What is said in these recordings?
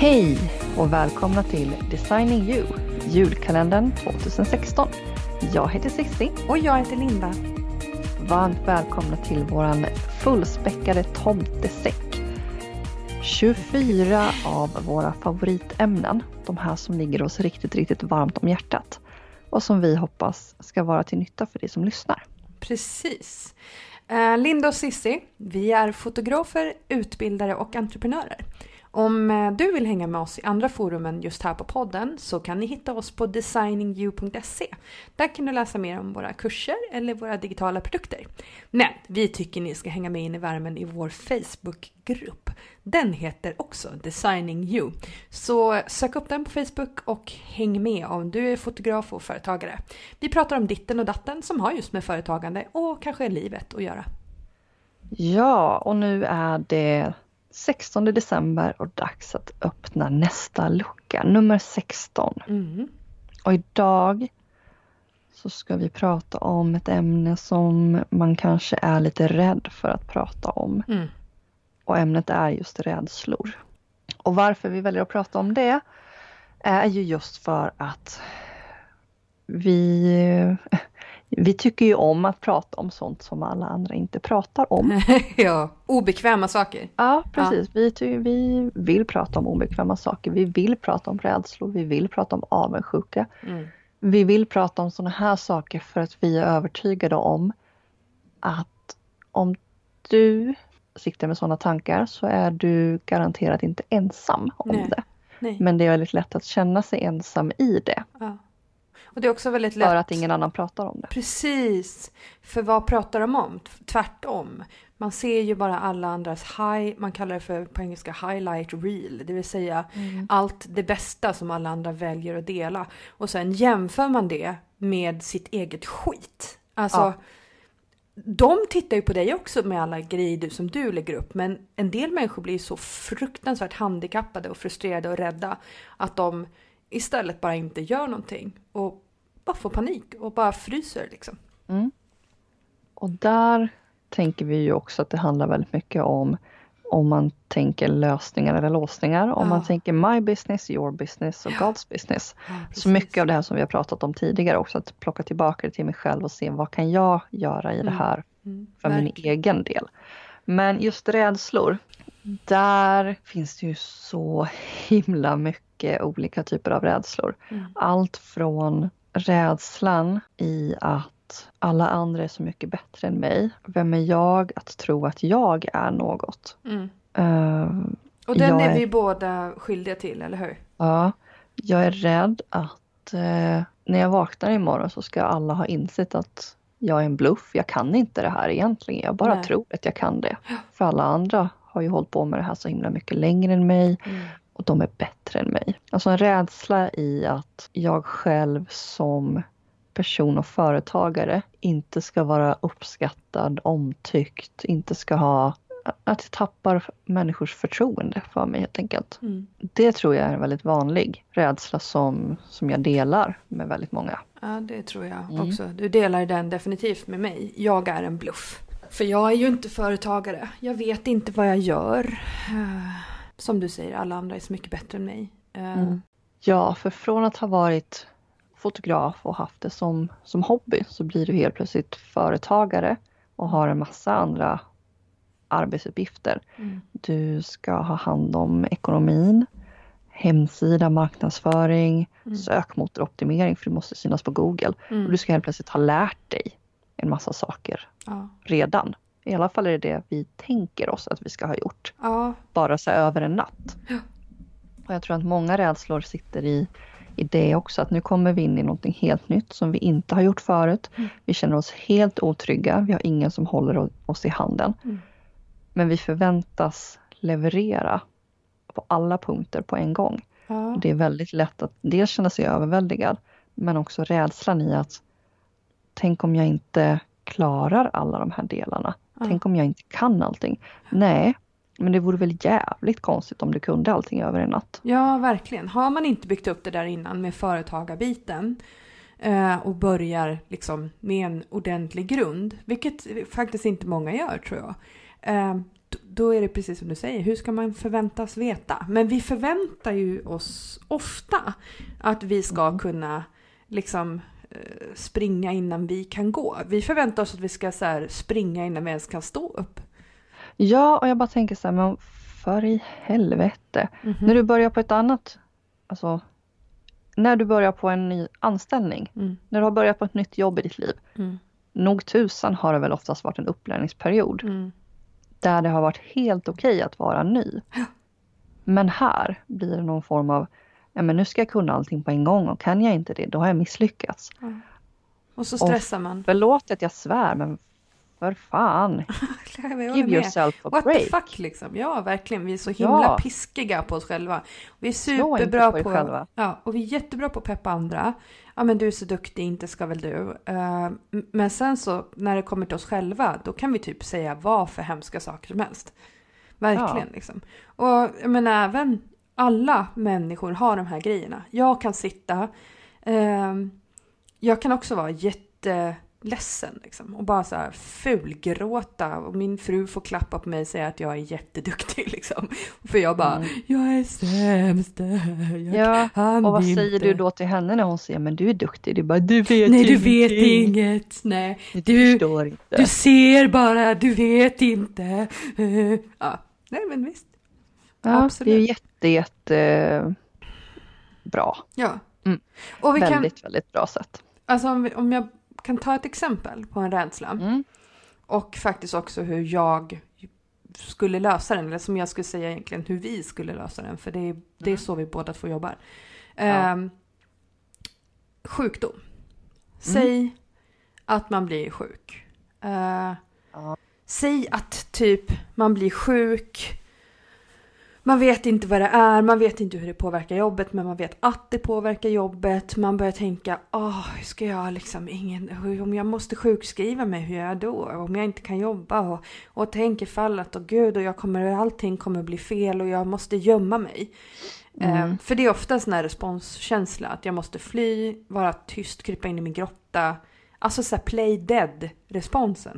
Hej och välkomna till Designing You, julkalendern 2016. Jag heter Cissi. Och jag heter Linda. Varmt välkomna till våran fullspäckade tomtesäck. 24 av våra favoritämnen, de här som ligger oss riktigt varmt om hjärtat. Och som vi hoppas ska vara till nytta för dig som lyssnar. Precis. Linda och Cissi, vi är fotografer, utbildare och entreprenörer. Om du vill hänga med oss i andra forum än just här på podden så kan ni hitta oss på designingyou.se. Där kan du läsa mer om våra kurser eller våra digitala produkter. Men vi tycker ni ska hänga med in i värmen i vår Facebookgrupp. Den heter också Designing You. Så sök upp den på Facebook och häng med om du är fotograf och företagare. Vi pratar om ditten och datten som har just med företagande och kanske livet att göra. Ja, och nu är det 16 december och dags att öppna nästa lucka, nummer 16. Och idag så ska vi prata om ett ämne som man kanske är lite rädd för att prata om. Och ämnet är just rädslor. Och varför vi väljer att prata om det är ju just för att vi tycker ju om att prata om sånt som alla andra inte pratar om. Ja, obekväma saker. Ja, precis. Ja. Vi vill prata om obekväma saker. Vi vill prata om rädslor. Vi vill prata om avundsjuka. Vi vill prata om såna här saker för att vi är övertygade om att om du siktar med sådana tankar så är du garanterat inte ensam om det. Nej. Men det är väldigt lätt att känna sig ensam i det. Ja. Och det är också väldigt lätt. För att ingen annan pratar om det. Precis. För vad pratar de om? Tvärtom. Man ser ju bara alla andras man kallar det för på engelska highlight reel. Det vill säga allt det bästa som alla andra väljer att dela. Och sen jämför man det med sitt eget skit. Alltså, de tittar ju på dig också med alla grejer som du lägger upp. Men en del människor blir så fruktansvärt handikappade och frustrerade och rädda att de istället bara inte gör någonting och bara får panik och bara fryser liksom. Och där tänker vi ju också att det handlar väldigt mycket om man tänker lösningar eller låsningar. Om man tänker my business, your business och God's business. Så mycket av det här som vi har pratat om tidigare också, att plocka tillbaka det till mig själv och se vad kan jag göra i det här för min egen del. Men just rädslor, där finns det ju så himla mycket olika typer av rädslor. Allt från rädslan i att alla andra är så mycket bättre än mig. Vem är jag att tro att jag är något? Och den är vi båda skyldiga till, eller hur? Ja, jag är rädd att när jag vaknar imorgon så ska alla ha insett att jag är en bluff. Jag kan inte det här egentligen. Jag bara tror att jag kan det. För alla andra har ju hållit på med det här så himla mycket längre än mig. Och de är bättre än mig. Alltså en rädsla i att jag själv som person och företagare inte ska vara uppskattad, omtyckt. Inte ska ha, att jag tappar människors förtroende för mig helt enkelt. Det tror jag är en väldigt vanlig rädsla som jag delar med väldigt många. Ja, det tror jag också. Du delar den definitivt med mig. Jag är en bluff. För jag är ju inte företagare. Jag vet inte vad jag gör. Som du säger, alla andra är så mycket bättre än mig. Ja, för från att ha varit fotograf och haft det som hobby så blir du helt plötsligt företagare och har en massa andra arbetsuppgifter. Du ska ha hand om ekonomin, hemsida, marknadsföring, sökmotoroptimering för du måste synas på Google. Och du ska helt plötsligt ha lärt dig en massa saker redan. I alla fall är det det vi tänker oss att vi ska ha gjort. Bara så över en natt. Och jag tror att många rädslor sitter i det också. Att nu kommer vi in i någonting helt nytt som vi inte har gjort förut. Vi känner oss helt otrygga. Vi har ingen som håller oss i handen. Men vi förväntas leverera på alla punkter på en gång. Det är väldigt lätt att dels känna sig överväldigad. Men också rädslan i att tänk om jag inte klarar alla de här delarna. Tänk om jag inte kan allting. Nej, men det vore väl jävligt konstigt om du kunde allting över en natt. Ja, verkligen. Har man inte byggt upp det där innan med företagarbiten och börjar liksom med en ordentlig grund, vilket faktiskt inte många gör tror jag, då är det precis som du säger. Hur ska man förväntas veta? Men vi förväntar ju oss ofta att vi ska kunna liksom springa innan vi kan gå. Vi förväntar oss att vi ska så här, springa innan vi ens kan stå upp. Ja, och jag bara tänker så här, men för i helvete. När du börjar på ett annat, alltså när du börjar på en ny anställning, när du har börjat på ett nytt jobb i ditt liv, nog tusan har det väl oftast varit en upplärningsperiod där det har varit helt okej att vara ny. Men här blir det någon form av, ja men nu ska jag kunna allting på en gång och kan jag inte det, då har jag misslyckats. Och så stressar man. Förlåt att jag svär, men för fan. Give yourself a What break. the fuck liksom. Ja, verkligen. Vi är så himla piskiga på oss själva. Vi är superbra på ja, och vi är jättebra på att peppa andra. Ja, men du är så duktig, inte ska väl du. Men sen så, när det kommer till oss själva, då kan vi typ säga vad för hemska saker som helst. Verkligen liksom. Och men även alla människor har de här grejerna. Jag kan sitta, jag kan också vara jätteledsen liksom, och bara så här fulgråta, och min fru får klappa på mig och säga att jag är jätteduktig liksom. För jag bara, jag är sämst. Och vad säger du då till henne när hon säger, men du är duktig? Du bara, du vet inget. Nej, du förstår inte. Du ser bara, du vet inte. Ja, nej men visst. Ja, absolut. Det är jätte bra. Ja. Och väldigt bra sätt. Alltså om jag kan ta ett exempel på en rädsla. Och faktiskt också hur jag skulle lösa den. Eller som jag skulle säga egentligen hur vi skulle lösa den. För det är så vi båda två jobbar. Sjukdom. Säg att man blir sjuk. Säg att typ man blir sjuk. Man vet inte vad det är, man vet inte hur det påverkar jobbet, men man vet att det påverkar jobbet. Man börjar tänka, ska jag liksom om jag måste sjukskriva mig, hur gör jag då? Om jag inte kan jobba och tänker fallet och gud, och allting kommer bli fel och jag måste gömma mig. För det är ofta sån här responskänsla, att jag måste fly, vara tyst, krypa in i min grotta. Alltså så här play dead responsen.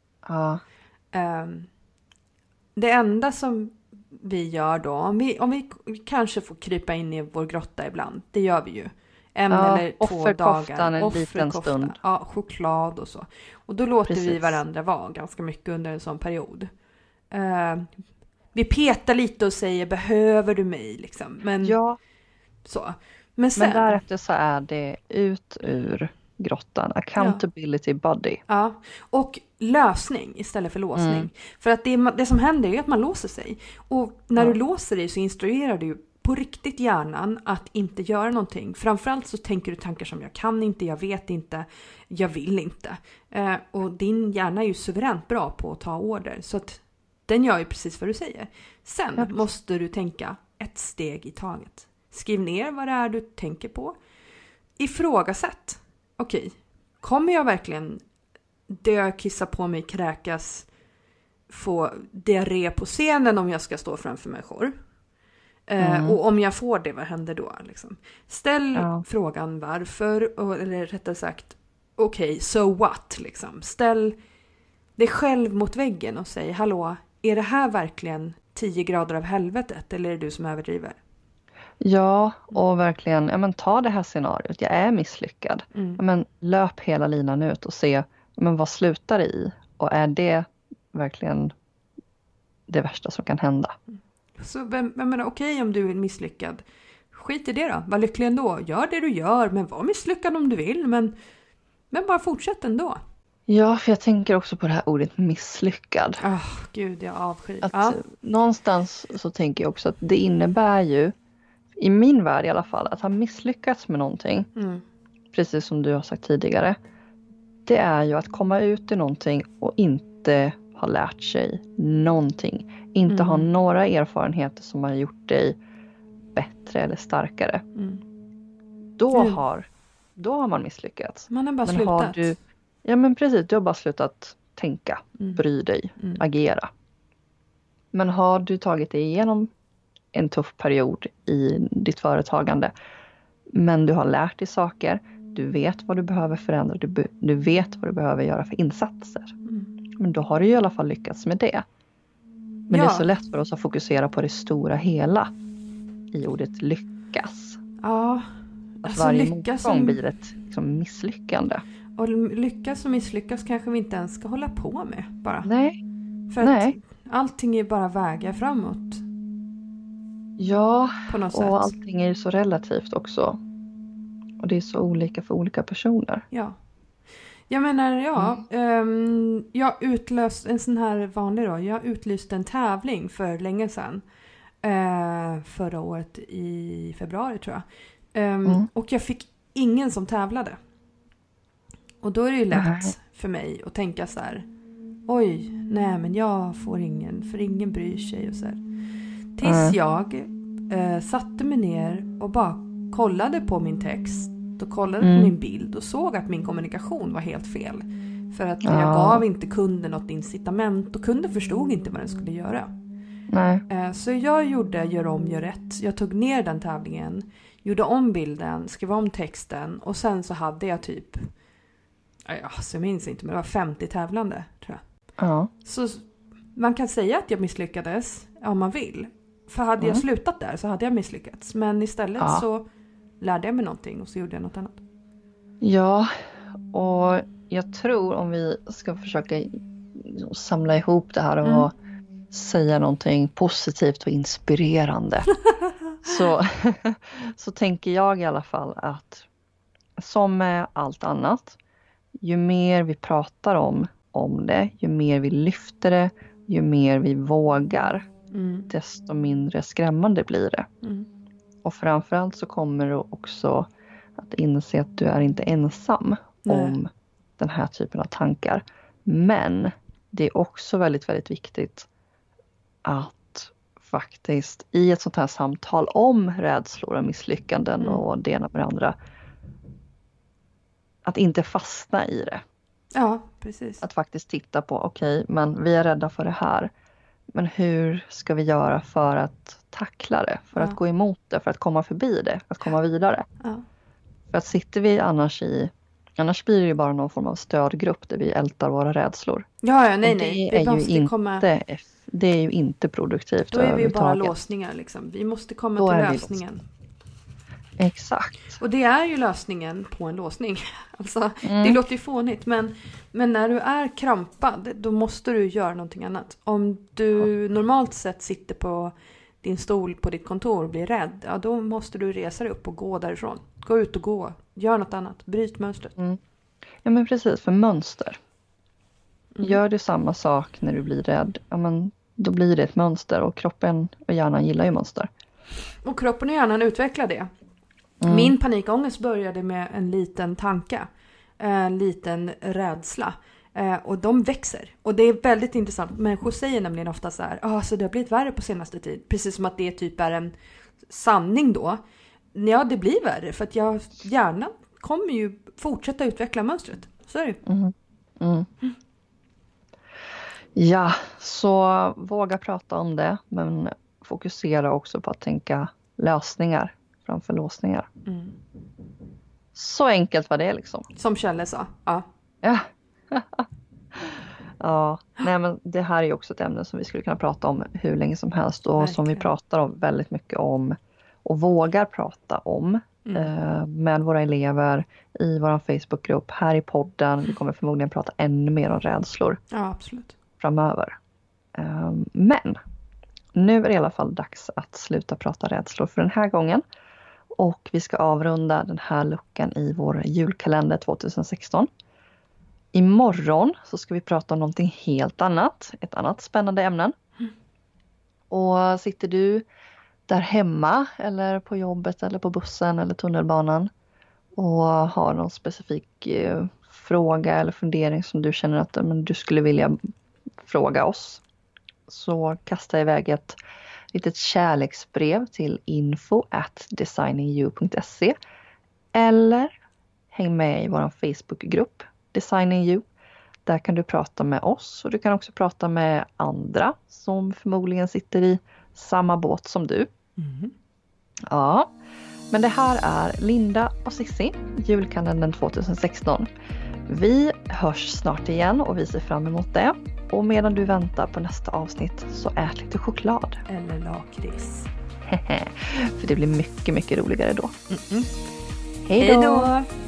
Det enda som vi gör då, om vi kanske får krypa in i vår grotta ibland, det gör vi ju. En eller 2 dagar. En liten stund. Ja, choklad och så. Och då låter vi varandra vara ganska mycket under en sån period. Vi petar lite och säger, behöver du mig? Liksom. Men, så. Men därefter så är det ut ur grottan. Accountability body. Ja, och lösning istället för låsning. För att det som händer är att man låser sig. Och när du låser dig så instruerar du på riktigt hjärnan att inte göra någonting. Framförallt så tänker du tankar som jag kan inte, jag vet inte, jag vill inte. Och din hjärna är ju suveränt bra på att ta order. Så att den gör ju precis vad du säger. Sen måste du tänka ett steg i taget. Skriv ner vad det är du tänker på. Ifrågasätt. Okej, kommer jag verkligen dö, kissa på mig, kräkas, få diarré på scenen om jag ska stå framför människor? Och om jag får det, vad händer då? Liksom? Ställ frågan varför, eller rättare sagt, okej, so what? Liksom. Ställ dig själv mot väggen och säg, hallå, är det här verkligen 10 grader av helvetet, eller är det du som överdriver? Ja, och verkligen, ta det här scenariot. Jag är misslyckad. Löp hela linan ut och se, vad slutar det i? Och är det verkligen det värsta som kan hända? Så okej, om du är misslyckad, skit i det då. Var lycklig ändå. Gör det du gör, men var misslyckad om du vill. Men bara fortsätt ändå. Ja, för jag tänker också på det här ordet misslyckad. Gud, jag avskyr. Någonstans så tänker jag också att det innebär ju, i min värld i alla fall, att ha misslyckats med någonting. Precis som du har sagt tidigare. Det är ju att komma ut i någonting och inte ha lärt sig någonting. Inte ha några erfarenheter som har gjort dig bättre eller starkare. Då har man misslyckats. Man har bara slutat. Precis, du har bara slutat tänka, bry dig, agera. Men har du tagit dig igenom en tuff period i ditt företagande, men du har lärt dig saker, du vet vad du behöver förändra, du vet vad du behöver göra för insatser. Men då har du i alla fall lyckats med det. Men det är så lätt för oss att fokusera på det stora hela i ordet lyckas. Ja. Att varje motgång blir ett liksom, misslyckande. Och lyckas och misslyckas kanske vi inte ens ska hålla på med bara. Nej. För att allting är bara vägar framåt. Ja, på något och sätt. allting är ju så relativt också. Och det är så olika för olika personer. Ja. Jag menar, jag utlöste en sån här vanlig då. Jag utlyste en tävling för länge sedan. Förra året i februari tror jag. Och jag fick ingen som tävlade. Och då är det ju lätt för mig att tänka så här. Oj, nej men jag får ingen. För ingen bryr sig och så här. Tills jag satte mig ner och bara kollade på min text. Och kollade på min bild och såg att min kommunikation var helt fel. För att jag gav inte kunden något incitament. Och kunden förstod inte vad den skulle göra. Nej. Så jag gjorde gör om, gör rätt. Jag tog ner den tävlingen. Gjorde om bilden, skrev om texten. Och sen så hade jag typ... Alltså jag minns inte, men det var 50 tävlande tror jag. Ja. Så man kan säga att jag misslyckades om man vill. För hade jag slutat där så hade jag misslyckats. Men istället så lärde jag mig någonting och så gjorde jag något annat. Ja, och jag tror om vi ska försöka samla ihop det här och säga någonting positivt och inspirerande. så tänker jag i alla fall att som med allt annat, ju mer vi pratar om det, ju mer vi lyfter det, ju mer vi vågar, desto mindre skrämmande blir det. Och framförallt så kommer du också att inse att du är inte ensam om den här typen av tankar. Men det är också väldigt, väldigt viktigt att faktiskt i ett sånt här samtal om rädslor och misslyckanden och det ena med det andra, att inte fastna i det. Ja, precis. Att faktiskt titta på, okej, men vi är rädda för det här. Men hur ska vi göra för att tackla det? För att gå emot det, för att komma förbi det, att komma vidare. Ja. För att sitter vi annars blir det ju bara någon form av stödgrupp där vi ältar våra rädslor. Ja, nej. Det är ju inte produktivt. Då är vi ju bara låsningar liksom. Vi måste komma till lösningen. Exakt. Och det är ju lösningen på en låsning. Alltså, det låter ju fånigt. Men när du är krampad, då måste du göra någonting annat. Om du normalt sett sitter på din stol på ditt kontor och blir rädd, ja, då måste du resa dig upp och gå därifrån. Gå ut och gå. Gör något annat. Bryt mönstret. Ja, men precis. För mönster. Gör du samma sak när du blir rädd, ja, men då blir det ett mönster. Och kroppen och hjärnan gillar ju mönster. Och kroppen och hjärnan utvecklar det. Min panikångest började med en liten tanke. En liten rädsla. Och de växer. Och det är väldigt intressant. Människor säger nämligen ofta så här. Så det har blivit värre på senaste tid. Precis som att det typ är en sanning då. Ja, det blir värre. För att hjärnan kommer ju fortsätta utveckla mönstret. Så är det. Ja, så våga prata om det. Men fokusera också på att tänka lösningar framför låsningar. Så enkelt var det liksom. Som Kjelle sa. Ja. Ja, nej, men det här är ju också ett ämne som vi skulle kunna prata om hur länge som helst. Och som vi pratar om väldigt mycket om. Och vågar prata om. Med våra elever. I vår Facebookgrupp. Här i podden. Vi kommer förmodligen prata ännu mer om rädslor. Ja, absolut. Framöver. Men nu är det i alla fall dags att sluta prata rädslor för den här gången. Och vi ska avrunda den här luckan i vår julkalender 2016. Imorgon så ska vi prata om någonting helt annat. Ett annat spännande ämne. Och sitter du där hemma eller på jobbet eller på bussen eller tunnelbanan och har någon specifik fråga eller fundering som du känner att du skulle vilja fråga oss, så kasta iväg ett litet kärleksbrev till info@designingyou.se eller häng med i vår Facebookgrupp Designing You. Där kan du prata med oss och du kan också prata med andra som förmodligen sitter i samma båt som du. Ja, men det här är Linda och Sissi, julkalendern 2016. Vi hörs snart igen och vi ser fram emot det. Och medan du väntar på nästa avsnitt så ät lite choklad. Eller lakrits. För det blir mycket, mycket roligare då. Mm-mm. Hej då! Hej då!